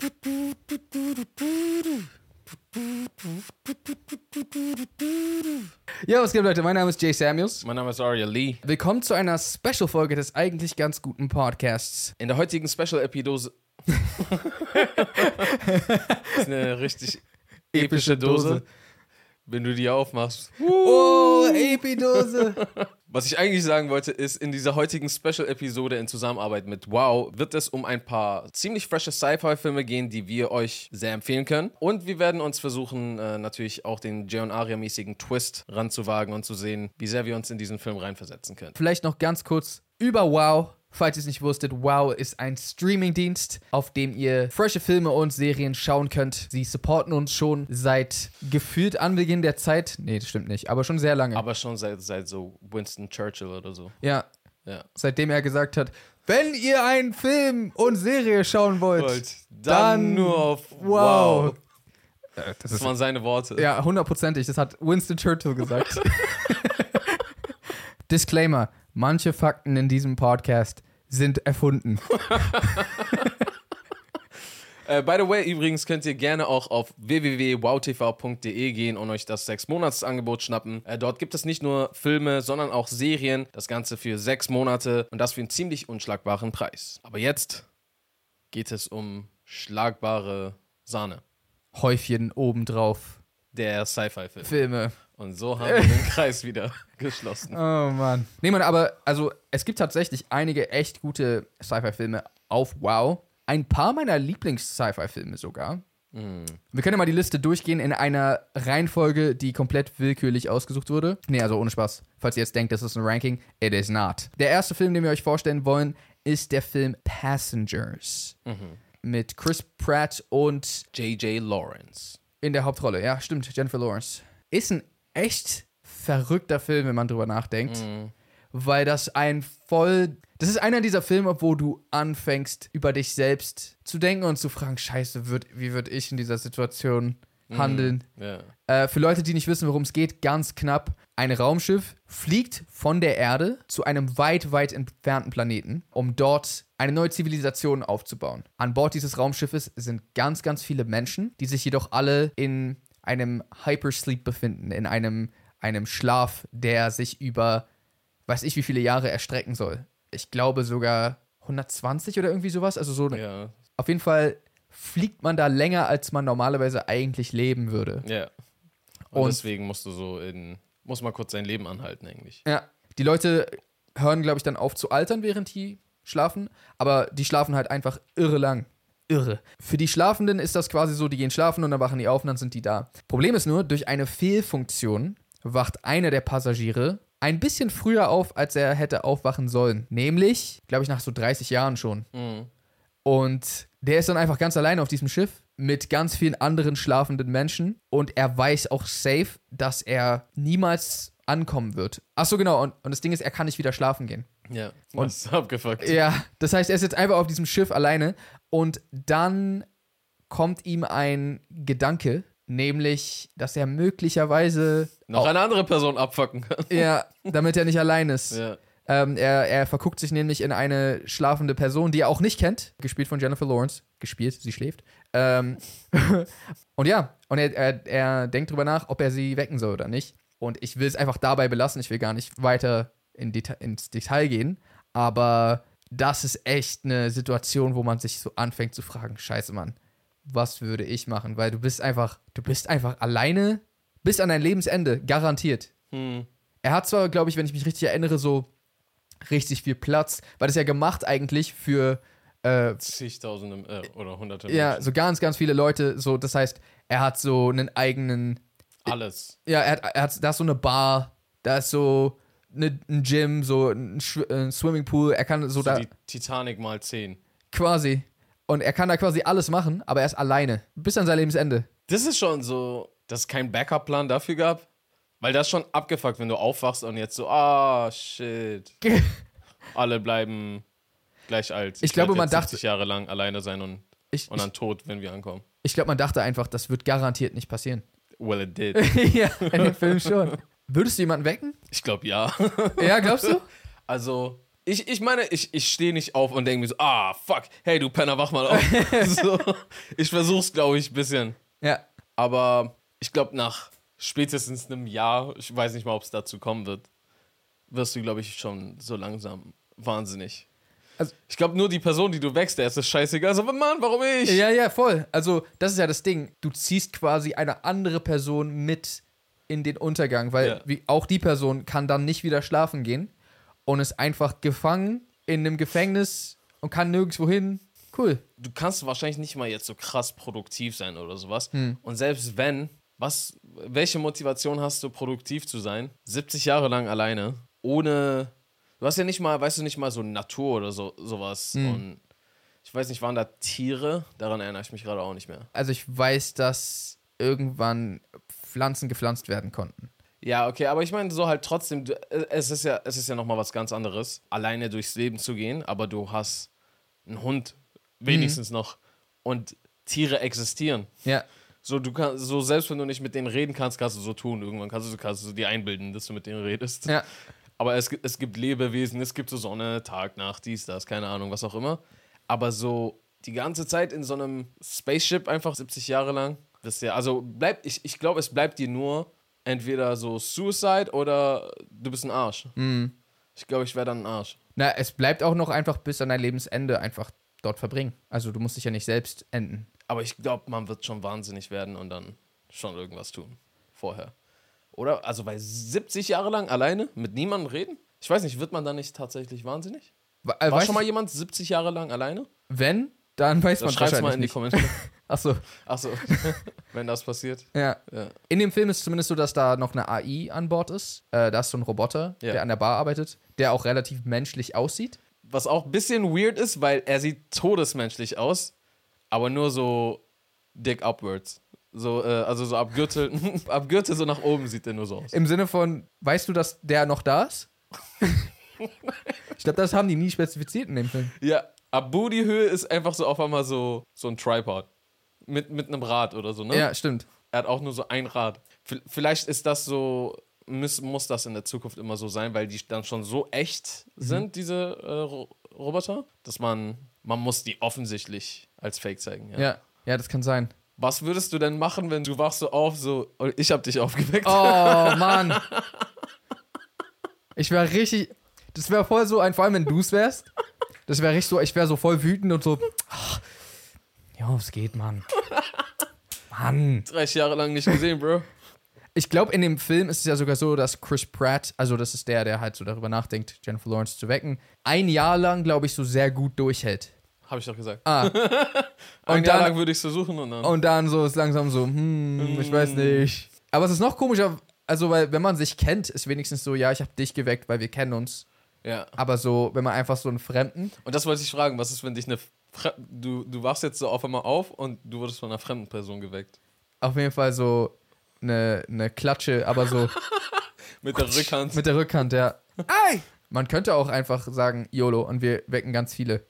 Ja, was geht, Leute? Mein Name ist Jay Samuels. Mein Name ist Arya Lee. Willkommen zu einer Special-Folge des eigentlich ganz guten Podcasts. In der heutigen Special-Episode ist eine richtig epische Dose, wenn du die aufmachst. Oh, Epidose! Was ich eigentlich sagen wollte, ist, in dieser heutigen Special-Episode in Zusammenarbeit mit Wow wird es um ein paar ziemlich frische Sci-Fi-Filme gehen, die wir euch sehr empfehlen können. Und wir werden uns versuchen, natürlich auch den Jay und Aria-mäßigen Twist ranzuwagen und zu sehen, wie sehr wir uns in diesen Film reinversetzen können. Vielleicht noch ganz kurz über Wow. Falls ihr es nicht wusstet, Wow ist ein Streaming-Dienst, auf dem ihr frische Filme und Serien schauen könnt. Sie supporten uns schon seit gefühlt Anbeginn der Zeit. Nee, das stimmt nicht, aber schon sehr lange. Aber schon seit so Winston Churchill oder so. Ja. Ja. Seitdem er gesagt hat, wenn ihr einen Film und Serie schauen wollt, dann nur auf Wow. Das waren seine Worte. Ja, 100%. Das hat Winston Churchill gesagt. Disclaimer. Manche Fakten in diesem Podcast sind erfunden. By the way, übrigens könnt ihr gerne auch auf www.wowtv.de gehen und euch das 6-Monats-Angebot schnappen. Dort gibt es nicht nur Filme, sondern auch Serien. Das Ganze für 6 Monate und das für einen ziemlich unschlagbaren Preis. Aber jetzt geht es um schlagbare Sahne. Häufchen obendrauf. Der Sci-Fi-Film. Filme. Und so haben wir den Kreis wieder geschlossen. Oh Mann. Nee, Mann, aber also es gibt tatsächlich einige echt gute Sci-Fi-Filme auf Wow. Ein paar meiner Lieblings-Sci-Fi-Filme sogar. Wir können ja mal die Liste durchgehen in einer Reihenfolge, die komplett willkürlich ausgesucht wurde. Nee, also ohne Spaß. Falls ihr jetzt denkt, das ist ein Ranking, it is not. Der erste Film, den wir euch vorstellen wollen, ist der Film Passengers. Mit Chris Pratt und J.J. Lawrence. in der Hauptrolle. Ja, stimmt, Jennifer Lawrence. Ist ein echt verrückter Film, wenn man drüber nachdenkt. Weil das das ist einer dieser Filme, wo du anfängst, über dich selbst zu denken und zu fragen, scheiße, wie würde ich in dieser Situation handeln? Yeah. Für Leute, die nicht wissen, worum es geht, ganz knapp. Ein Raumschiff fliegt von der Erde zu einem weit, weit entfernten Planeten, um dort eine neue Zivilisation aufzubauen. An Bord dieses Raumschiffes sind ganz, ganz viele Menschen, die sich jedoch alle in einem Hypersleep befinden, in einem Schlaf, der sich über, weiß ich wie viele Jahre erstrecken soll. Ich glaube sogar 120 oder irgendwie sowas. Also so. Ja. Auf jeden Fall fliegt man da länger, als man normalerweise eigentlich leben würde. Ja. Und deswegen muss man kurz sein Leben anhalten eigentlich. Ja. Die Leute hören, glaube ich, dann auf zu altern, während die schlafen. Aber die schlafen halt einfach irre lang. Irre. Für die Schlafenden ist das quasi so, die gehen schlafen und dann wachen die auf und dann sind die da. Problem ist nur, durch eine Fehlfunktion wacht einer der Passagiere ein bisschen früher auf, als er hätte aufwachen sollen. Nämlich, glaube ich, nach so 30 Jahren schon. Und der ist dann einfach ganz alleine auf diesem Schiff mit ganz vielen anderen schlafenden Menschen. Und er weiß auch safe, dass er niemals ankommen wird. Ach so, genau. Und das Ding ist, er kann nicht wieder schlafen gehen. Ja, und ist abgefuckt. Ja, das heißt, er ist jetzt einfach auf diesem Schiff alleine. Und dann kommt ihm ein Gedanke, nämlich, dass er möglicherweise noch eine andere Person abfucken kann. Ja, damit er nicht allein ist. Ja. Er verguckt sich nämlich in eine schlafende Person, die er auch nicht kennt, gespielt von Jennifer Lawrence. Gespielt, sie schläft. Und ja, und er denkt drüber nach, ob er sie wecken soll oder nicht. Und ich will es einfach dabei belassen. Ich will gar nicht weiter ins Detail gehen. Aber das ist echt eine Situation, wo man sich so anfängt zu fragen, scheiße, Mann, was würde ich machen? Weil du bist einfach alleine bis an dein Lebensende, garantiert. Er hat zwar, glaube ich, wenn ich mich richtig erinnere, so richtig viel Platz, weil das ja gemacht eigentlich für zigtausende oder hunderte ja, Menschen. so ganz, ganz viele Leute, so, das heißt, er hat so einen eigenen Alles. Ja, da ist so eine Bar, da ist so ein Gym, so ein Swimmingpool, er kann so da die Titanic mal 10. quasi, und er kann da quasi alles machen, aber er ist alleine, bis an sein Lebensende. Das ist schon so, dass es keinen Backup-Plan dafür gab. Weil das ist schon abgefuckt, wenn du aufwachst und jetzt so, shit. Alle bleiben gleich alt. Ich glaube, man 70 dachte Jahre lang alleine sein und dann tot, wenn wir ankommen. Ich glaube, man dachte einfach, das wird garantiert nicht passieren. Well, it did. Ja, in dem Film schon. Würdest du jemanden wecken? Ich glaube, ja. Ja, glaubst du? Also, Ich meine, ich stehe nicht auf und denke mir so, fuck, hey, du Penner, wach mal auf. So, ich versuch's, glaube ich, ein bisschen. Ja. Aber ich glaube, nach spätestens einem Jahr, ich weiß nicht mal, ob es dazu kommen wird, wirst du, glaube ich, schon so langsam wahnsinnig. Also, ich glaube, nur die Person, die du wächst, der ist das scheißegal. Also, Mann, warum ich? Ja, voll. Also, das ist ja das Ding. Du ziehst quasi eine andere Person mit in den Untergang, weil auch die Person kann dann nicht wieder schlafen gehen und ist einfach gefangen in einem Gefängnis und kann nirgendwo hin. Cool. Du kannst wahrscheinlich nicht mal jetzt so krass produktiv sein oder sowas. Und selbst wenn, welche Motivation hast du, produktiv zu sein? 70 Jahre lang alleine, ohne... Du hast ja nicht mal, weißt du, nicht mal so Natur oder sowas. Und ich weiß nicht, waren da Tiere? Daran erinnere ich mich gerade auch nicht mehr. Also ich weiß, dass irgendwann Pflanzen gepflanzt werden konnten. Ja, okay, aber ich meine so halt trotzdem, es ist ja nochmal was ganz anderes, alleine durchs Leben zu gehen, aber du hast einen Hund, wenigstens noch. Und Tiere existieren. Ja. So, du kannst, so selbst wenn du nicht mit denen reden kannst, kannst du so tun. Irgendwann kannst du dir einbilden, dass du mit denen redest. Ja. Aber es gibt Lebewesen, es gibt so Sonne, Tag, Nacht, dies, das, keine Ahnung, was auch immer. Aber so die ganze Zeit in so einem Spaceship einfach 70 Jahre lang, ich glaube, es bleibt dir nur entweder so Suicide oder du bist ein Arsch. Ich glaube, ich wäre dann ein Arsch. Na, es bleibt auch noch einfach bis an dein Lebensende einfach dort verbringen. Also du musst dich ja nicht selbst enden. Aber ich glaube, man wird schon wahnsinnig werden und dann schon irgendwas tun. Vorher. Oder? Also, weil 70 Jahre lang alleine mit niemandem reden? Ich weiß nicht, wird man dann nicht tatsächlich wahnsinnig? War schon mal jemand 70 Jahre lang alleine? Wenn, dann weiß man schreib's wahrscheinlich mal in die nicht. Kommentare. Achso. Wenn das passiert. Ja. In dem Film ist es zumindest so, dass da noch eine AI an Bord ist. Da ist so ein Roboter, der an der Bar arbeitet, der auch relativ menschlich aussieht. Was auch ein bisschen weird ist, weil er sieht todesmenschlich aus, aber nur so dick upwards. So, also so ab Gürtel, so nach oben sieht der nur so aus. Im Sinne von, weißt du, dass der noch da ist? Ich glaube, das haben die nie spezifiziert in dem Film. Ja, ab Booty-Höhe ist einfach so auf einmal so ein Tripod. Mit einem Rad oder so, ne? Ja, stimmt. Er hat auch nur so ein Rad. Vielleicht ist das so, muss das in der Zukunft immer so sein, weil die dann schon so echt sind, diese Roboter, dass man muss die offensichtlich als Fake zeigen. Ja, das kann sein. Was würdest du denn machen, wenn du wachst so auf, so, ich hab dich aufgeweckt? Oh, Mann. Ich wäre richtig, das wäre voll so vor allem wenn du es wärst, das wäre richtig so, ich wäre so voll wütend und so, ja, es geht, Mann. Mann. 30 Jahre lang nicht gesehen, Bro. Ich glaube, in dem Film ist es ja sogar so, dass Chris Pratt, also das ist der halt so darüber nachdenkt, Jennifer Lawrence zu wecken, ein Jahr lang, glaube ich, so sehr gut durchhält. Hab ich doch gesagt. Und Jahr lang würde ich so suchen und dann so ist langsam so, ich weiß nicht. Aber es ist noch komischer, also weil wenn man sich kennt, ist wenigstens so, ja, ich habe dich geweckt, weil wir kennen uns. Ja. Aber so, wenn man einfach so einen Fremden. Und das wollte ich fragen, was ist, wenn dich du wachst jetzt so auf einmal auf und du wurdest von einer fremden Person geweckt? Auf jeden Fall so eine Klatsche, aber so. Mit der Rückhand. Mit der Rückhand, ja. Ei! Man könnte auch einfach sagen, YOLO, und wir wecken ganz viele.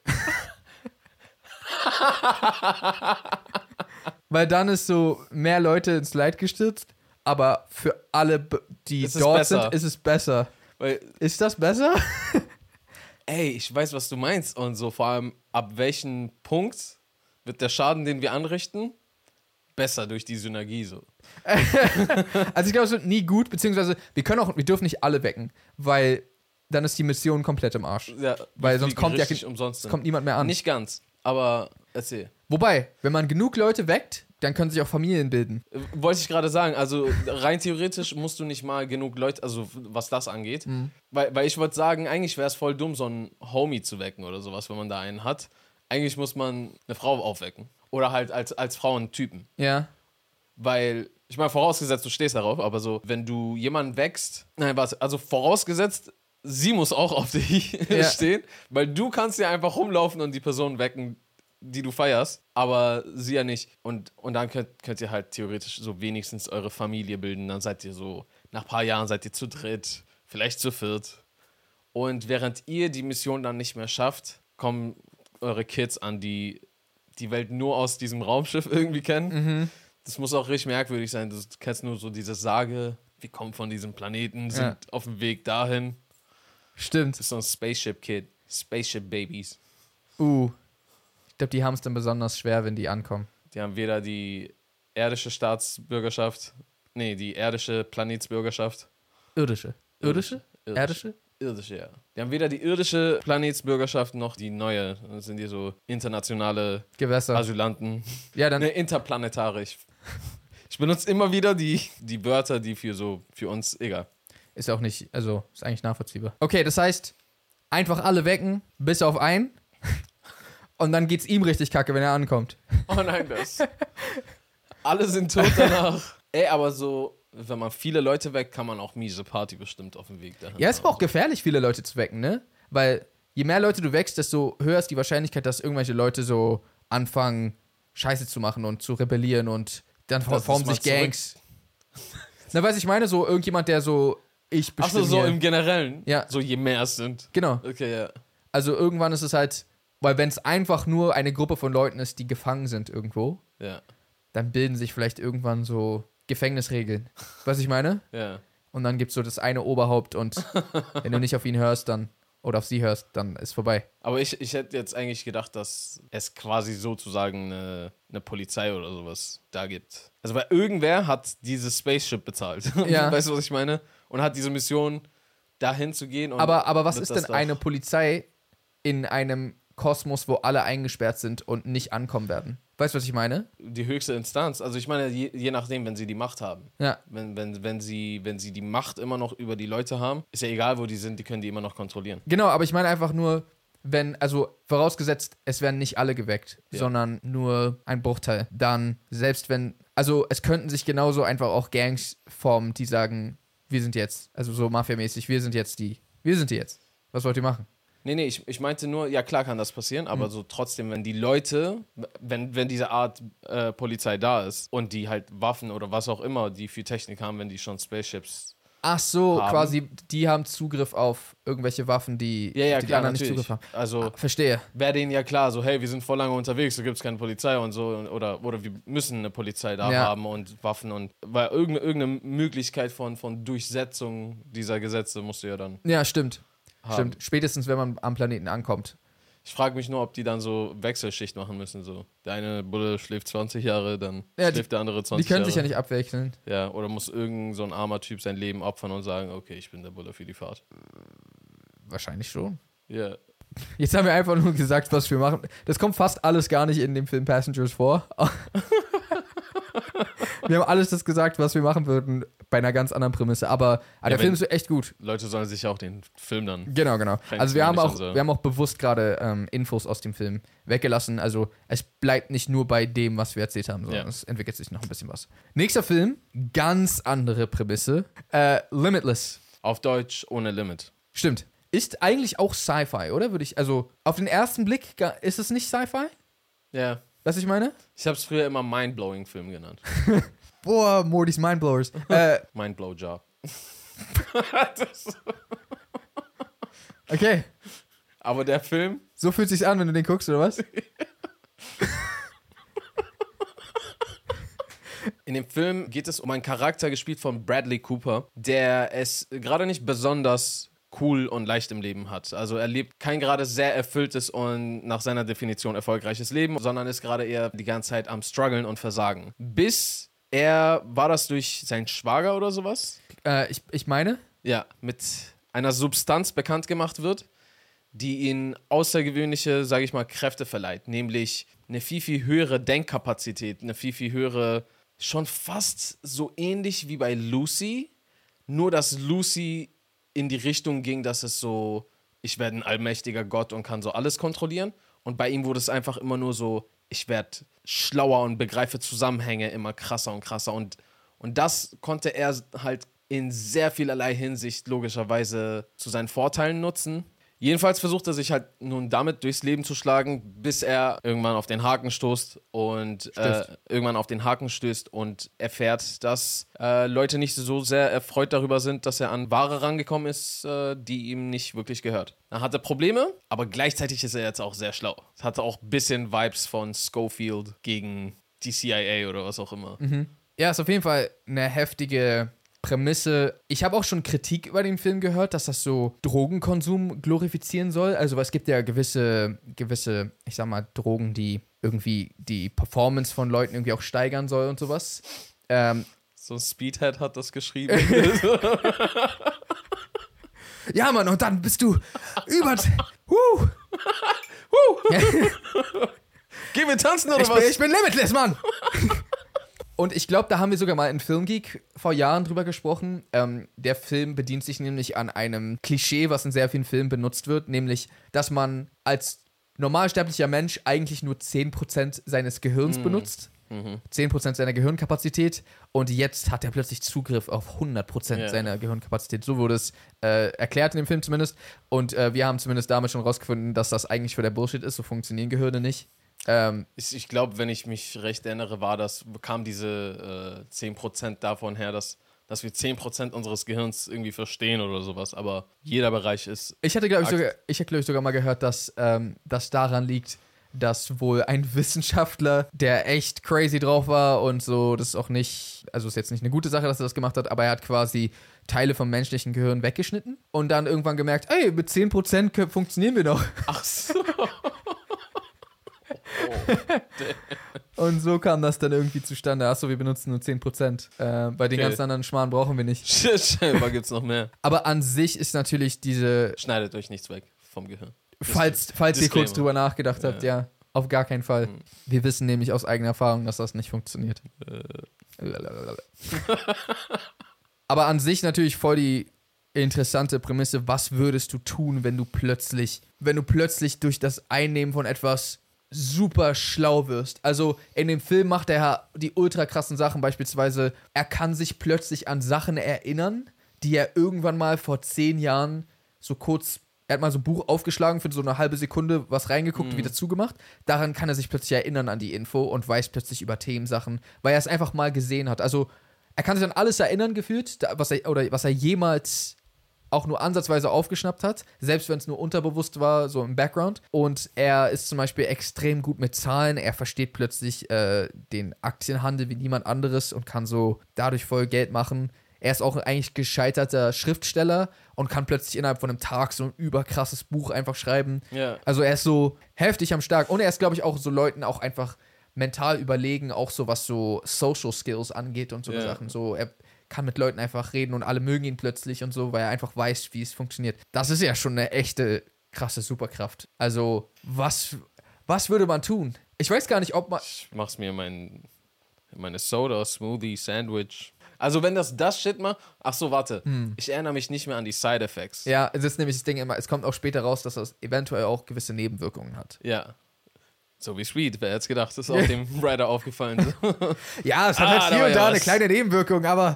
Weil dann ist so mehr Leute ins Leid gestürzt, aber für alle, die dort sind, ist es besser. Ist das besser? Ey, ich weiß, was du meinst. Und so vor allem, ab welchem Punkt wird der Schaden, den wir anrichten, besser durch die Synergie so? Also ich glaube, es wird nie gut, beziehungsweise wir dürfen nicht alle wecken, weil dann ist die Mission komplett im Arsch. Ja, weil sonst kommt umsonst kommt niemand mehr an. Nicht ganz, aber erzähl. Wobei, wenn man genug Leute weckt, dann können sich auch Familien bilden. Wollte ich gerade sagen, also rein theoretisch musst du nicht mal genug Leute, also was das angeht. Weil ich wollte sagen, eigentlich wäre es voll dumm, so einen Homie zu wecken oder sowas, wenn man da einen hat. Eigentlich muss man eine Frau aufwecken. Oder halt als Frau einen Typen. Ja. Weil, ich meine, vorausgesetzt, du stehst darauf, aber so, wenn du jemanden wächst, also vorausgesetzt, sie muss auch auf dich stehen, weil du kannst ja einfach rumlaufen und die Person wecken, die du feierst, aber sie ja nicht. Und dann könnt ihr halt theoretisch so wenigstens eure Familie bilden. Dann seid ihr so, nach ein paar Jahren seid ihr zu dritt, vielleicht zu viert. Und während ihr die Mission dann nicht mehr schafft, kommen eure Kids an, die die Welt nur aus diesem Raumschiff irgendwie kennen. Das muss auch richtig merkwürdig sein. Du kennst nur so diese Sage, wir kommen von diesem Planeten, sind auf dem Weg dahin. Stimmt. Das ist so ein Spaceship-Kid. Spaceship Babies. Ich glaube, die haben es dann besonders schwer, wenn die ankommen. Die haben weder die irdische Staatsbürgerschaft, die irdische Planetsbürgerschaft. Irdische? Erdische? Irdische, ja. Die haben weder die irdische Planetsbürgerschaft noch die neue. Das sind die so internationale Gewässer. Asylanten. Ja, dann. Interplanetarisch. Ich benutze immer wieder die Wörter, die für uns, egal. Ist auch nicht, also ist eigentlich nachvollziehbar. Okay, das heißt, einfach alle wecken, bis auf einen. Und dann geht's ihm richtig kacke, wenn er ankommt. Oh nein, alle sind tot danach. Aber so, wenn man viele Leute weckt, kann man auch miese Party bestimmt auf dem Weg dahin. Ja, es ist aber auch gefährlich, viele Leute zu wecken, ne? Weil je mehr Leute du weckst, desto höher ist die Wahrscheinlichkeit, dass irgendwelche Leute so anfangen, Scheiße zu machen und zu rebellieren und dann formen sich Gangs. Na, weiß ich meine, so irgendjemand, der so, ich bestimme. Ach so im Generellen? Ja. So je mehr es sind. Genau. Okay, ja. Also irgendwann ist es halt, weil wenn es einfach nur eine Gruppe von Leuten ist, die gefangen sind irgendwo, Ja. dann bilden sich vielleicht irgendwann so Gefängnisregeln. Was ich meine? Ja. Und dann gibt es so das eine Oberhaupt und wenn du nicht auf ihn hörst, dann oder auf sie hörst, dann ist vorbei. Aber ich hätte jetzt eigentlich gedacht, dass es quasi sozusagen eine Polizei oder sowas da gibt. Also weil irgendwer hat dieses Spaceship bezahlt. Ja. Weißt du, was ich meine? Und hat diese Mission, dahin zu gehen. Und Aber was wird ist das denn doch- eine Polizei in einem Kosmos, wo alle eingesperrt sind und nicht ankommen werden? Weißt du, was ich meine? Die höchste Instanz. Also ich meine, je nachdem, wenn sie die Macht haben. Ja. Wenn sie die Macht immer noch über die Leute haben, ist ja egal, wo die sind, die können die immer noch kontrollieren. Genau, aber ich meine einfach nur, also vorausgesetzt, es werden nicht alle geweckt, Ja. sondern nur ein Bruchteil. Dann, selbst wenn, also es könnten sich genauso einfach auch Gangs formen, die sagen, wir sind jetzt, also so mafiamäßig, wir sind die jetzt. Was wollt ihr machen? Nee, ich meinte nur, ja klar kann das passieren, aber so trotzdem, wenn die Leute, wenn diese Art Polizei da ist und die halt Waffen oder was auch immer, die für Technik haben, wenn die schon Spaceships. Ach so, Haben. quasi, die haben Zugriff auf irgendwelche Waffen, die Ja, die klar, anderen nicht natürlich. Zugriff haben. Also Verstehe. wäre denen ja klar, so hey, wir sind voll lange unterwegs, da gibt es keine Polizei und so, oder wir müssen eine Polizei da Ja. haben und Waffen und, weil irgendeine Möglichkeit von Durchsetzung dieser Gesetze musst du ja dann Ja, stimmt. haben. Stimmt. Spätestens, wenn man am Planeten ankommt. Ich frage mich nur, ob die dann so Wechselschicht machen müssen. So. Der eine Bulle schläft 20 Jahre, dann Ja, schläft der andere 20 Die können Jahre. sich ja nicht abwechseln. Ja, oder muss irgend so ein armer Typ sein Leben opfern und sagen, okay, ich bin der Bulle für die Fahrt. Wahrscheinlich schon. Ja. Jetzt haben wir einfach nur gesagt, was wir machen. Das kommt fast alles gar nicht in dem Film Passengers vor. Wir haben alles das gesagt, was wir machen würden, bei einer ganz anderen Prämisse. Aber der Film ist echt gut. Leute sollen sich ja auch den Film dann. Genau. Also wir mir haben nicht auch, an so. wir haben auch bewusst gerade Infos aus dem Film weggelassen. Also es bleibt nicht nur bei dem, was wir erzählt haben, sondern Ja. es entwickelt sich noch ein bisschen was. Nächster Film, ganz andere Prämisse. Limitless. Auf Deutsch ohne Limit. Stimmt. Ist eigentlich auch Sci-Fi, oder? Also auf den ersten Blick ist es nicht Sci-Fi? Ja. Was ich meine? Ich habe es früher immer Mindblowing-Film genannt. Boah, Mortys Mindblowers. Mindblowjob. Okay. Aber der Film, So fühlt sich's an, wenn du den guckst, oder was? in dem Film geht es um einen Charakter, gespielt von Bradley Cooper, der es gerade nicht besonders cool und leicht im Leben hat. Also er lebt kein gerade sehr erfülltes und nach seiner Definition erfolgreiches Leben, sondern ist gerade eher die ganze Zeit am struggeln und versagen. War das durch seinen Schwager oder sowas? Ich meine? Ja, mit einer Substanz bekannt gemacht wird, die ihm außergewöhnliche, sage ich mal, Kräfte verleiht. Nämlich eine viel, viel höhere Denkkapazität, eine viel, viel höhere, schon fast so ähnlich wie bei Lucy, nur dass Lucy in die Richtung ging, dass es so, ich werde ein allmächtiger Gott und kann so alles kontrollieren. Und bei ihm wurde es einfach immer nur so, ich werde schlauer und begreife Zusammenhänge immer krasser und krasser. Und das konnte er halt in sehr vielerlei Hinsicht logischerweise zu seinen Vorteilen nutzen. Jedenfalls versucht er sich halt nun damit durchs Leben zu schlagen, bis er irgendwann auf den Haken stößt und erfährt, dass Leute nicht so sehr erfreut darüber sind, dass er an Ware rangekommen ist, die ihm nicht wirklich gehört. Er hatte Probleme, aber gleichzeitig ist er jetzt auch sehr schlau. Es hatte auch ein bisschen Vibes von Schofield gegen die CIA oder was auch immer. Ja, ist auf jeden Fall eine heftige Prämisse, ich habe auch schon Kritik über den Film gehört, dass das so Drogenkonsum glorifizieren soll. Also es gibt ja gewisse, ich sag mal, Drogen, die irgendwie die Performance von Leuten irgendwie auch steigern soll und sowas. So ein Speedhead hat das geschrieben. Ja, Mann, und dann bist du über... Gehen wir tanzen oder was? Ich bin limitless, Mann! Und ich glaube, da haben wir sogar mal in Filmgeek vor Jahren drüber gesprochen. Der Film bedient sich nämlich an einem Klischee, was in sehr vielen Filmen benutzt wird, nämlich, dass man als normalsterblicher Mensch eigentlich nur 10% seines Gehirns benutzt. 10% seiner Gehirnkapazität und jetzt hat er plötzlich Zugriff auf 100% seiner Gehirnkapazität. So wurde es erklärt in dem Film zumindest. Und wir haben zumindest damals schon rausgefunden, dass das eigentlich für der Bullshit ist. So funktionieren Gehirne nicht. Ich glaube, wenn ich mich recht erinnere, kam diese 10% davon her, dass wir 10% unseres Gehirns irgendwie verstehen oder sowas. Aber jeder Bereich ist... Ich hatte, glaube ich, sogar mal gehört, dass das daran liegt, dass wohl ein Wissenschaftler, der echt crazy drauf war und so, das ist auch nicht, also ist jetzt nicht eine gute Sache, dass er das gemacht hat, aber er hat quasi Teile vom menschlichen Gehirn weggeschnitten und dann irgendwann gemerkt, ey, mit 10% funktionieren wir doch. Ach so. Und so kam das dann irgendwie zustande. Achso, wir benutzen nur 10%. Bei den ganzen anderen Schmarrn brauchen wir nicht. Scheinbar gibt's noch mehr. Aber an sich ist natürlich diese... Schneidet euch nichts weg vom Gehirn. Falls ihr kurz drüber nachgedacht habt, ja, auf gar keinen Fall. Wir wissen nämlich aus eigener Erfahrung, dass das nicht funktioniert. Aber an sich natürlich voll die interessante Prämisse. Was würdest du tun, wenn du plötzlich durch das Einnehmen von etwas super schlau wirst? Also in dem Film macht er die ultra krassen Sachen, beispielsweise, er kann sich plötzlich an Sachen erinnern, die er irgendwann mal vor 10 Jahren so kurz... Er hat mal so ein Buch aufgeschlagen, für so eine halbe Sekunde was reingeguckt und wieder zugemacht. Daran kann er sich plötzlich erinnern an die Info und weiß plötzlich über Themensachen, weil er es einfach mal gesehen hat. Also er kann sich an alles erinnern gefühlt, was er jemals auch nur ansatzweise aufgeschnappt hat, selbst wenn es nur unterbewusst war, so im Background. Und er ist zum Beispiel extrem gut mit Zahlen. Er versteht plötzlich den Aktienhandel wie niemand anderes und kann so dadurch voll Geld machen. Er ist auch eigentlich gescheiterter Schriftsteller und kann plötzlich innerhalb von einem Tag so ein überkrasses Buch einfach schreiben. Ja. Also er ist so heftig am Start. Und er ist, glaube ich, auch so Leuten auch einfach mental überlegen, auch so was so Social Skills angeht und so Sachen. So, er kann mit Leuten einfach reden und alle mögen ihn plötzlich und so, weil er einfach weiß, wie es funktioniert. Das ist ja schon eine echte krasse Superkraft. Also, was würde man tun? Ich weiß gar nicht, ob man... Ich mach's mir meine Soda, Smoothie, Sandwich. Also wenn das Shit macht... Ach so, warte. Ich erinnere mich nicht mehr an die Side-Effects. Ja, es ist nämlich das Ding immer, es kommt auch später raus, dass das eventuell auch gewisse Nebenwirkungen hat. Ja. So wie Sweet, wer hätte es gedacht, das ist auch dem Writer aufgefallen. Ja, es hat halt hier und da eine kleine Nebenwirkung, aber...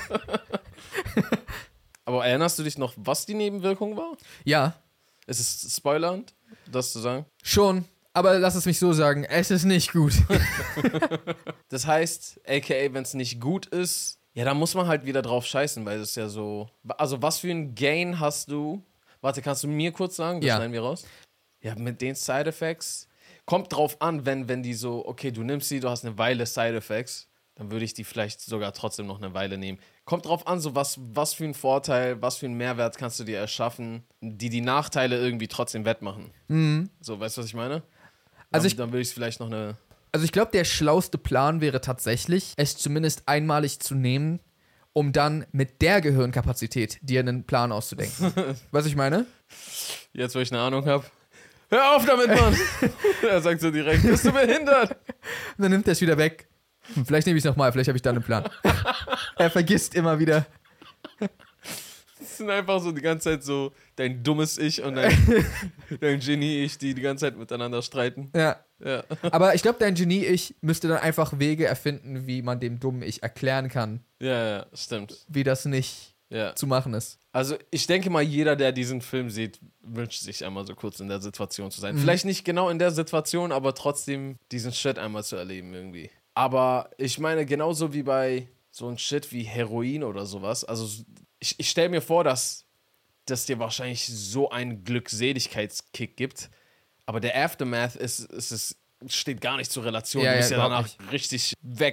Aber erinnerst du dich noch, was die Nebenwirkung war? Ja. Ist es spoilernd, das zu sagen? Schon, aber lass es mich so sagen, es ist nicht gut. Das heißt, aka, wenn es nicht gut ist, ja, da muss man halt wieder drauf scheißen, weil es ist ja so... Also was für ein Gain hast du? Warte, kannst du mir kurz sagen? Das schneiden wir raus. Ja, mit den Side-Effects... Kommt drauf an, wenn die so... Okay, du nimmst die, du hast eine Weile Side-Effects, dann würde ich die vielleicht sogar trotzdem noch eine Weile nehmen. Kommt drauf an, so was für ein Vorteil, was für einen Mehrwert kannst du dir erschaffen, die Nachteile irgendwie trotzdem wettmachen. So, weißt du, was ich meine? Also dann würde ich es vielleicht noch eine... Also ich glaube, der schlauste Plan wäre tatsächlich, es zumindest einmalig zu nehmen, um dann mit der Gehirnkapazität dir einen Plan auszudenken. Was ich meine? Jetzt, wo ich eine Ahnung habe. Hör auf damit, Mann! Er sagt so direkt, bist du behindert? Und dann nimmt er es wieder weg. Vielleicht nehme ich es nochmal, vielleicht habe ich dann einen Plan. Er vergisst immer wieder. Das sind einfach so die ganze Zeit so dein dummes Ich und dein Genie-Ich, die ganze Zeit miteinander streiten. Ja. Ja. Aber ich glaube, dein Genie-Ich müsste dann einfach Wege erfinden, wie man dem dummen Ich erklären kann, Ja, stimmt. wie das nicht zu machen ist. Also ich denke mal, jeder, der diesen Film sieht, wünscht sich einmal so kurz in der Situation zu sein. Vielleicht nicht genau in der Situation, aber trotzdem diesen Shit einmal zu erleben irgendwie. Aber ich meine, genauso wie bei so ein Shit wie Heroin oder sowas, also ich stelle mir vor, dass dir wahrscheinlich so einen Glückseligkeitskick gibt, aber der Aftermath steht gar nicht zur Relation. Du bist ja danach richtig weg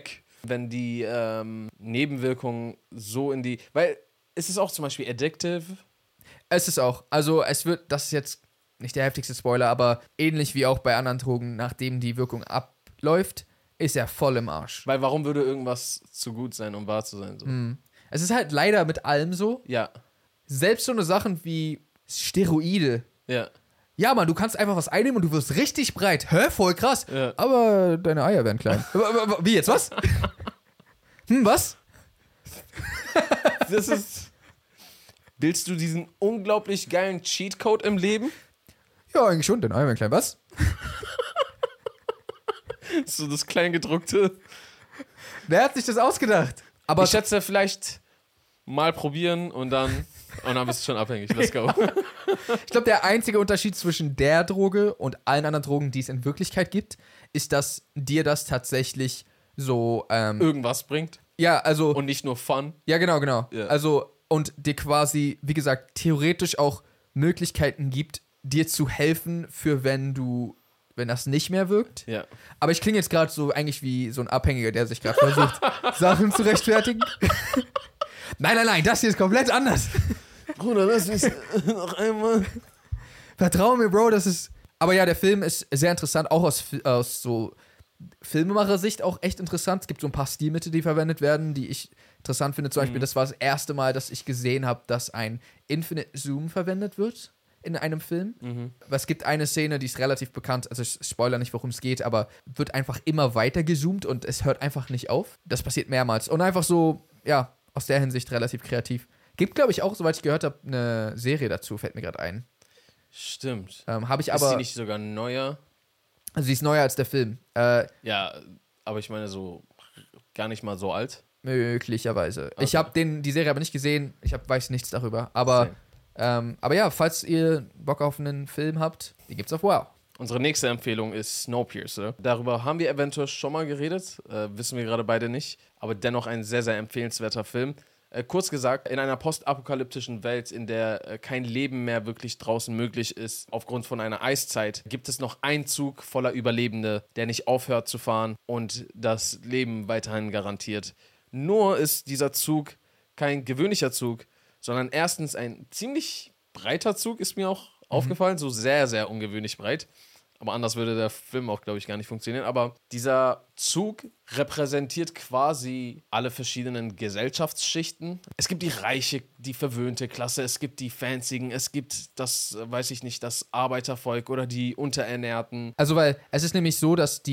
wenn die Nebenwirkungen so in die... Weil es ist auch zum Beispiel addictive. Es ist auch. Also es wird, das ist jetzt nicht der heftigste Spoiler, aber ähnlich wie auch bei anderen Drogen, nachdem die Wirkung abläuft, ist er voll im Arsch. Weil warum würde irgendwas zu gut sein, um wahr zu sein? So? Es ist halt leider mit allem so. Ja, Selbst so eine Sachen wie Steroide. ja. Ja, Mann, du kannst einfach was einnehmen und du wirst richtig breit. Hä? Voll krass. Ja. Aber deine Eier werden klein. Wie jetzt? Was? Was? Das ist... Willst du diesen unglaublich geilen Cheatcode im Leben? Ja, eigentlich schon. Deine Eier werden klein. Was? So das Kleingedruckte. Wer hat sich das ausgedacht? Aber Ich schätze, vielleicht mal probieren und dann bist du schon abhängig. Let's go. ich glaube, der einzige Unterschied zwischen der Droge und allen anderen Drogen, die es in Wirklichkeit gibt, ist, dass dir das tatsächlich so, Irgendwas bringt ja, also, und nicht nur Fun. ja, genau. Ja. Also, und dir quasi, wie gesagt, theoretisch auch Möglichkeiten gibt, dir zu helfen, für wenn das nicht mehr wirkt. Ja. Aber ich klinge jetzt gerade so eigentlich wie so ein Abhängiger, der sich gerade versucht, Sachen zu rechtfertigen. Nein, das hier ist komplett anders. Bruder, lass mich noch einmal. Vertrau mir, Bro, das ist... Aber ja, der Film ist sehr interessant, auch aus so Filmemacher-Sicht auch echt interessant. Es gibt so ein paar Stilmittel, die verwendet werden, die ich interessant finde. Zum Beispiel, das war das erste Mal, dass ich gesehen habe, dass ein Infinite Zoom verwendet wird in einem Film. Es gibt eine Szene, die ist relativ bekannt, also ich spoilere nicht, worum es geht, aber wird einfach immer weiter gezoomt und es hört einfach nicht auf. Das passiert mehrmals. Und einfach so, ja, aus der Hinsicht relativ kreativ. Gibt, glaube ich, auch, soweit ich gehört habe, eine Serie dazu, fällt mir gerade ein. Stimmt. Habe ich Ist aber... die nicht sogar neuer? Also sie ist neuer als der Film. Ja, aber ich meine so gar nicht mal so alt. Möglicherweise. Okay. Ich habe die Serie aber nicht gesehen. Weiß nichts darüber. Aber ja, falls ihr Bock auf einen Film habt, die gibt's auf Wow. Unsere nächste Empfehlung ist Snowpiercer. Darüber haben wir eventuell schon mal geredet, wissen wir gerade beide nicht, aber dennoch ein sehr, sehr empfehlenswerter Film. Kurz gesagt, in einer postapokalyptischen Welt, in der kein Leben mehr wirklich draußen möglich ist, aufgrund von einer Eiszeit, gibt es noch einen Zug voller Überlebende, der nicht aufhört zu fahren und das Leben weiterhin garantiert. Nur ist dieser Zug kein gewöhnlicher Zug, sondern erstens ein ziemlich breiter Zug, ist mir auch aufgefallen, so sehr, sehr ungewöhnlich breit. Aber anders würde der Film auch, glaube ich, gar nicht funktionieren. Aber dieser Zug repräsentiert quasi alle verschiedenen Gesellschaftsschichten. Es gibt die reiche, die verwöhnte Klasse, es gibt die Fanzigen, es gibt das, weiß ich nicht, das Arbeitervolk oder die Unterernährten. Also, weil es ist nämlich so, dass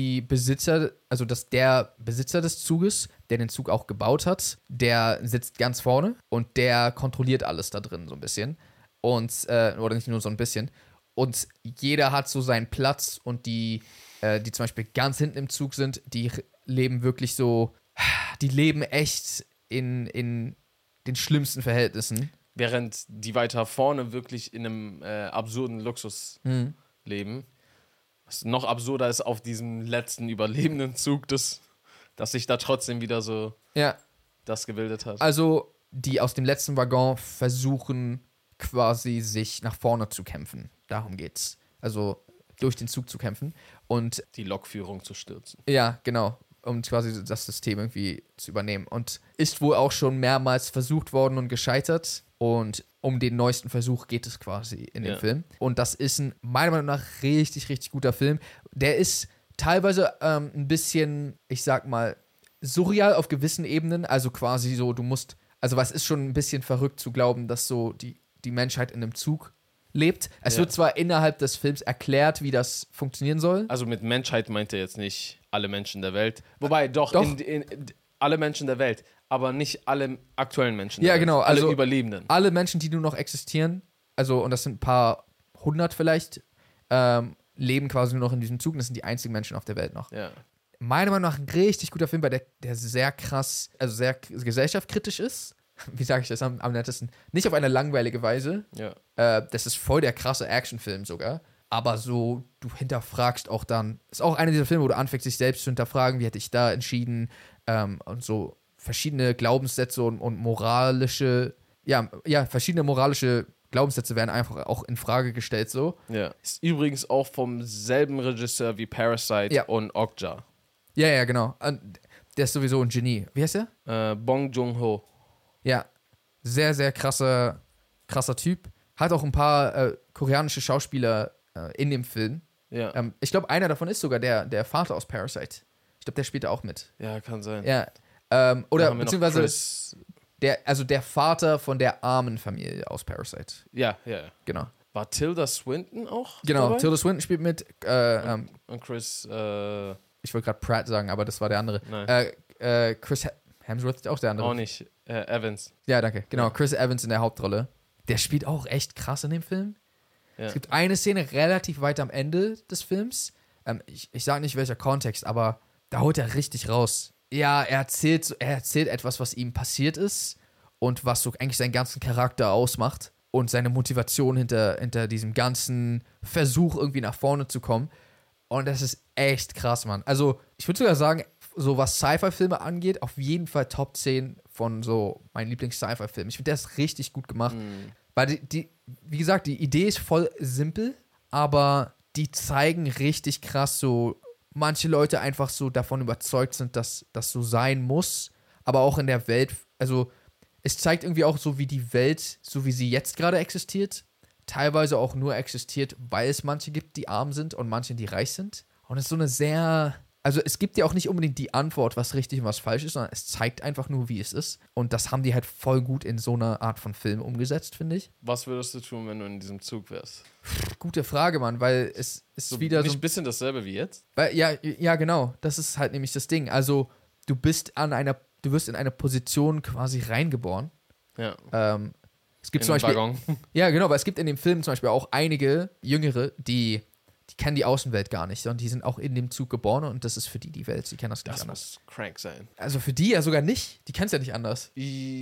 dass der Besitzer des Zuges, der den Zug auch gebaut hat, der sitzt ganz vorne und der kontrolliert alles da drin so ein bisschen. Oder nicht nur so ein bisschen. Und jeder hat so seinen Platz und die zum Beispiel ganz hinten im Zug sind, die leben wirklich so, die leben echt in den schlimmsten Verhältnissen. Während die weiter vorne wirklich in einem absurden Luxus leben. Was noch absurder ist auf diesem letzten überlebenden Zug, dass sich da trotzdem wieder so das gebildet hat. Also, die aus dem letzten Waggon versuchen quasi sich nach vorne zu kämpfen. Darum geht's. Also durch den Zug zu kämpfen und die Lokführung zu stürzen. Ja, genau. Um quasi das System irgendwie zu übernehmen. Und ist wohl auch schon mehrmals versucht worden und gescheitert. Und um den neuesten Versuch geht es quasi in dem Film. Und das ist ein, meiner Meinung nach, richtig, richtig guter Film. Der ist teilweise ein bisschen, ich sag mal, surreal auf gewissen Ebenen. Also quasi so, was ist schon ein bisschen verrückt zu glauben, dass so die Menschheit in einem Zug lebt. Es wird zwar innerhalb des Films erklärt, wie das funktionieren soll. Also mit Menschheit meint er jetzt nicht alle Menschen der Welt. Wobei, doch. Alle Menschen der Welt, aber nicht alle aktuellen Menschen der Welt. Genau. Alle Also Überlebenden. Alle Menschen, die nur noch existieren, und das sind ein paar hundert vielleicht, leben quasi nur noch in diesem Zug. Und das sind die einzigen Menschen auf der Welt noch. Ja. Meiner Meinung nach ein richtig guter Film, weil der sehr krass, also sehr gesellschaftskritisch ist. Wie sage ich das am nettesten? Nicht auf eine langweilige Weise. Ja. Das ist voll der krasse Actionfilm sogar. Aber so, du hinterfragst auch dann. Ist auch einer dieser Filme, wo du anfängst, dich selbst zu hinterfragen, wie hätte ich da entschieden. Und so verschiedene Glaubenssätze und moralische, verschiedene moralische Glaubenssätze werden einfach auch in Frage gestellt so. Ja. Ist übrigens auch vom selben Regisseur wie Parasite und Okja. Ja, genau. Und Der ist sowieso ein Genie. Wie heißt der? Bong Joon-ho. Ja, sehr, sehr krasser Typ. Hat auch ein paar koreanische Schauspieler in dem Film. Ja. Ich glaube, einer davon ist sogar der Vater aus Parasite. Ich glaube, der spielt da auch mit. Ja, kann sein. Ja. Da Oder haben wir noch beziehungsweise Chris. der Vater von der armen Familie aus Parasite. Ja. Genau. War Tilda Swinton auch Genau, dabei? Tilda Swinton spielt mit. Und Chris, Ich wollte gerade Pratt sagen, aber das war der andere. nein, Chris Hemsworth ist auch der andere. auch nicht. Evans. Ja, danke. Genau, Ja. Chris Evans in der Hauptrolle. Der spielt auch echt krass in dem Film. Ja. Es gibt eine Szene relativ weit am Ende des Films. Ich sage nicht welcher Kontext, aber da holt er richtig raus. Ja, er erzählt etwas, was ihm passiert ist und was so eigentlich seinen ganzen Charakter ausmacht und seine Motivation hinter diesem ganzen Versuch, irgendwie nach vorne zu kommen. Und das ist echt krass, Mann. Also, ich würde sogar sagen, so was Sci-Fi-Filme angeht, auf jeden Fall Top 10 von so meinen Lieblings-Sci-Fi-Filmen. Ich finde, der ist richtig gut gemacht. Weil wie gesagt, die Idee ist voll simpel, aber die zeigen richtig krass so, manche Leute einfach so davon überzeugt sind, dass das so sein muss, aber auch in der Welt, also es zeigt irgendwie auch so, wie die Welt, so wie sie jetzt gerade existiert, teilweise auch nur existiert, weil es manche gibt, die arm sind und manche, die reich sind. Und es ist so eine sehr, also es gibt ja auch nicht unbedingt die Antwort, was richtig und was falsch ist, sondern es zeigt einfach nur, wie es ist. Und das haben die halt voll gut in so einer Art von Film umgesetzt, finde ich. Was würdest du tun, wenn du in diesem Zug wärst? Gute Frage, Mann, weil es ist So wieder nicht so. ein bisschen dasselbe wie jetzt? Weil, ja, genau. Das ist halt nämlich das Ding. Also, du wirst in eine Position quasi reingeboren. Ja. Es gibt In zum den Beispiel. Waggon. Ja, genau, weil es gibt in dem Film zum Beispiel auch einige Jüngere, die kennen die Außenwelt gar nicht, sondern die sind auch in dem Zug geboren und das ist für die Welt. Sie kennen das nicht Das anders. muss crank sein. Also für die ja sogar nicht. Die kennen es ja nicht anders.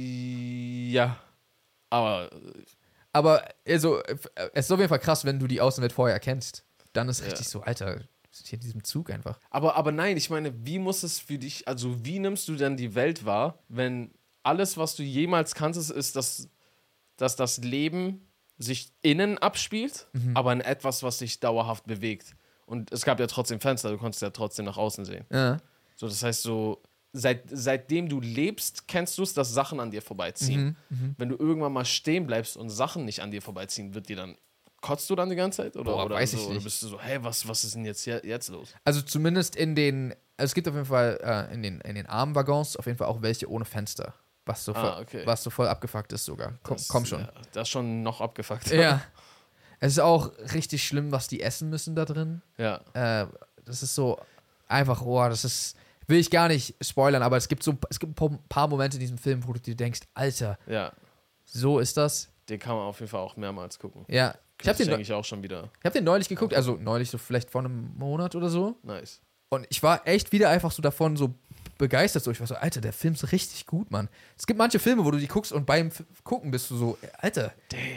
Ja. Aber Aber also, es ist auf jeden Fall krass, wenn du die Außenwelt vorher kennst. Dann ist richtig so, Alter, wir sind hier in diesem Zug einfach. Aber nein, ich meine, wie muss es für dich, also wie nimmst du denn die Welt wahr, wenn alles, was du jemals kanntest, ist, dass das Leben sich innen abspielt, aber in etwas, was sich dauerhaft bewegt. Und es gab ja trotzdem Fenster, du konntest ja trotzdem nach außen sehen. Ja. So, das heißt so, seitdem du lebst, kennst du es, dass Sachen an dir vorbeiziehen. Wenn du irgendwann mal stehen bleibst und Sachen nicht an dir vorbeiziehen, kotzt du dann die ganze Zeit? Oder weiß ich so, nicht. Oder bist du so, hey, was ist denn jetzt los? Also zumindest also es gibt auf jeden Fall in den armen Waggons auf jeden Fall auch welche ohne Fenster. Was so, okay. was so voll abgefuckt ist sogar. Komm schon. Ja, das ist schon noch abgefuckt. Ja. Es ist auch richtig schlimm, was die essen müssen da drin. Ja. Das ist so einfach, will ich gar nicht spoilern, aber es gibt ein paar Momente in diesem Film, wo du dir denkst, Alter, Ja. so ist das. Den kann man auf jeden Fall auch mehrmals gucken. Ja. Ich habe den, eigentlich auch schon wieder neulich geguckt, also neulich so vielleicht vor einem Monat oder so. nice. Und ich war echt wieder einfach so davon so begeistert. So. Ich war so, Alter, der Film ist richtig gut, Mann. Es gibt manche Filme, wo du die guckst und beim Gucken bist du so, Alter,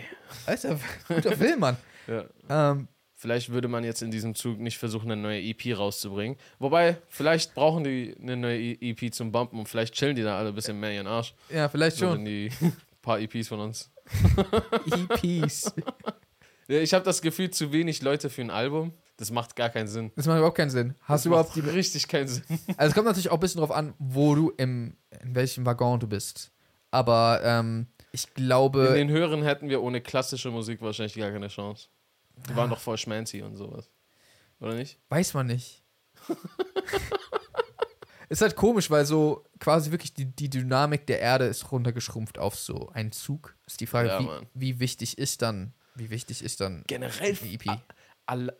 guter Film, Mann. Ja. Vielleicht würde man jetzt in diesem Zug nicht versuchen, eine neue EP rauszubringen. Wobei, vielleicht brauchen die eine neue EP zum Bumpen und vielleicht chillen die da alle ein bisschen mehr ihren Arsch. Ja, vielleicht So schon. in die paar EPs von uns. EPs. Ja, ich habe das Gefühl, zu wenig Leute für ein Album. Das macht gar keinen Sinn. Das macht überhaupt keinen Sinn. Hast du überhaupt die. Richtig keinen Sinn. Also es kommt natürlich auch ein bisschen drauf an, in welchem Waggon du bist. Aber ich In glaube. den Höheren hätten wir ohne klassische Musik wahrscheinlich gar keine Chance. Die waren doch voll schmancy und sowas. Oder nicht? Weiß man nicht. Ist halt komisch, weil so quasi wirklich die Dynamik der Erde ist runtergeschrumpft auf so einen Zug. Ist die Frage, Ja, Mann. wie wichtig ist dann Generell die EP? alle.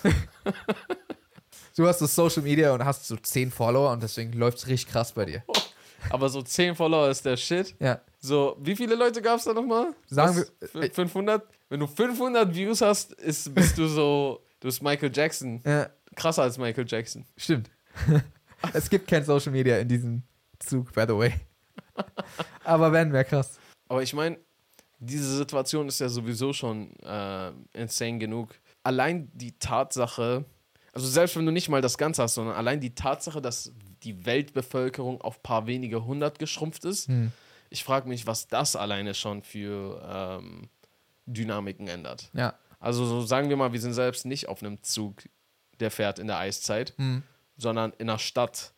Du hast so Social Media und hast so 10 Follower und deswegen läuft es richtig krass bei dir. Aber so 10 Follower ist der Shit. Ja. So, wie viele Leute gab es da nochmal? Sagen wir 500? Wenn du 500 Views hast, bist du bist Michael Jackson. Ja, Krasser als Michael Jackson. stimmt. Es gibt kein Social Media in diesem Zug, by the way. Aber wenn, wäre krass. Aber ich meine, diese Situation ist ja sowieso schon insane genug. Allein die Tatsache, also selbst wenn du nicht mal das Ganze hast, sondern allein die Tatsache, dass die Weltbevölkerung auf ein paar wenige hundert geschrumpft ist, ich frage mich, was das alleine schon für Dynamiken ändert. Ja. Also so sagen wir mal, wir sind selbst nicht auf einem Zug, der fährt in der Eiszeit, sondern in einer Stadt.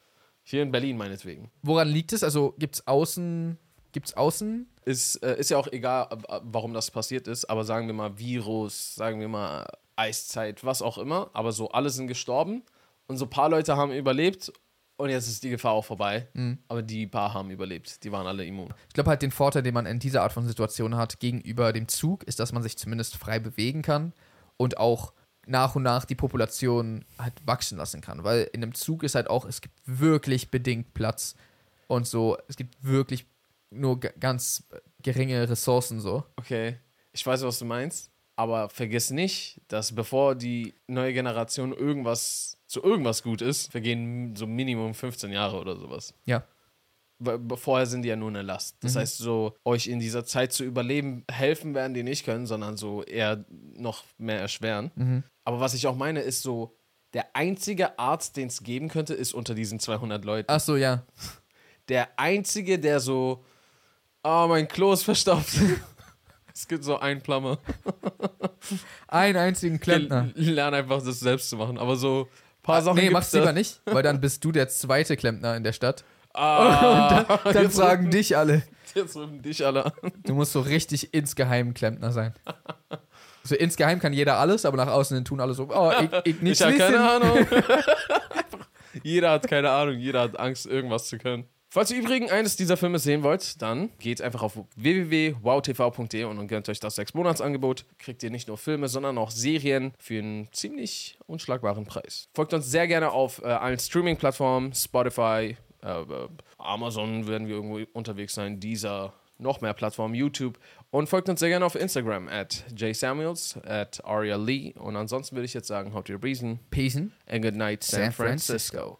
Hier in Berlin meinetwegen. Woran liegt es? Also gibt's außen? Ist ja auch egal, warum das passiert ist, aber sagen wir mal Virus, sagen wir mal Eiszeit, was auch immer, aber so alle sind gestorben und so ein paar Leute haben überlebt und jetzt ist die Gefahr auch vorbei, aber die paar haben überlebt, die waren alle immun. Ich glaube halt, den Vorteil, den man in dieser Art von Situation hat gegenüber dem Zug, ist, dass man sich zumindest frei bewegen kann und auch nach und nach die Population halt wachsen lassen kann, weil in einem Zug ist halt auch, es gibt wirklich bedingt Platz und so, es gibt wirklich nur ganz geringe Ressourcen so. Okay, ich weiß, was du meinst, aber vergiss nicht, dass bevor die neue Generation zu irgendwas gut ist, vergehen so Minimum 15 Jahre oder sowas. Ja. Vorher sind die ja nur eine Last. Das heißt, so euch in dieser Zeit zu überleben, helfen werden die nicht können, sondern so eher noch mehr erschweren. Aber was ich auch meine, ist so, der einzige Arzt, den es geben könnte, ist unter diesen 200 Leuten. Ach so, ja. Der einzige, der so, mein Klo ist verstopft. Es gibt so einen Plumber. Einen einzigen Klempner. Lern einfach, das selbst zu machen. Aber so ein paar Sachen. Nee, gibt's mach's da. lieber nicht, weil dann bist du der zweite Klempner in der Stadt. Dann Dann fragen dich alle. Jetzt rufen dich alle an. Du musst so richtig insgeheim Klempner sein. So insgeheim kann jeder alles, aber nach außen hin tun alle so, ich nicht Ich habe keine wissen. Ahnung. Jeder hat keine Ahnung, jeder hat Angst, irgendwas zu können. Falls ihr übrigens eines dieser Filme sehen wollt, dann geht einfach auf www.wowtv.de und gönnt euch das 6-Monats-Angebot. Kriegt ihr nicht nur Filme, sondern auch Serien für einen ziemlich unschlagbaren Preis. Folgt uns sehr gerne auf allen Streaming-Plattformen, Spotify, Amazon werden wir irgendwo unterwegs sein, Deezer, noch mehr Plattformen, YouTube. Und folgt uns sehr gerne auf Instagram @jsamuels, @arialee. Und ansonsten würde ich jetzt sagen, haut your reason Peace. and good night, San San Francisco.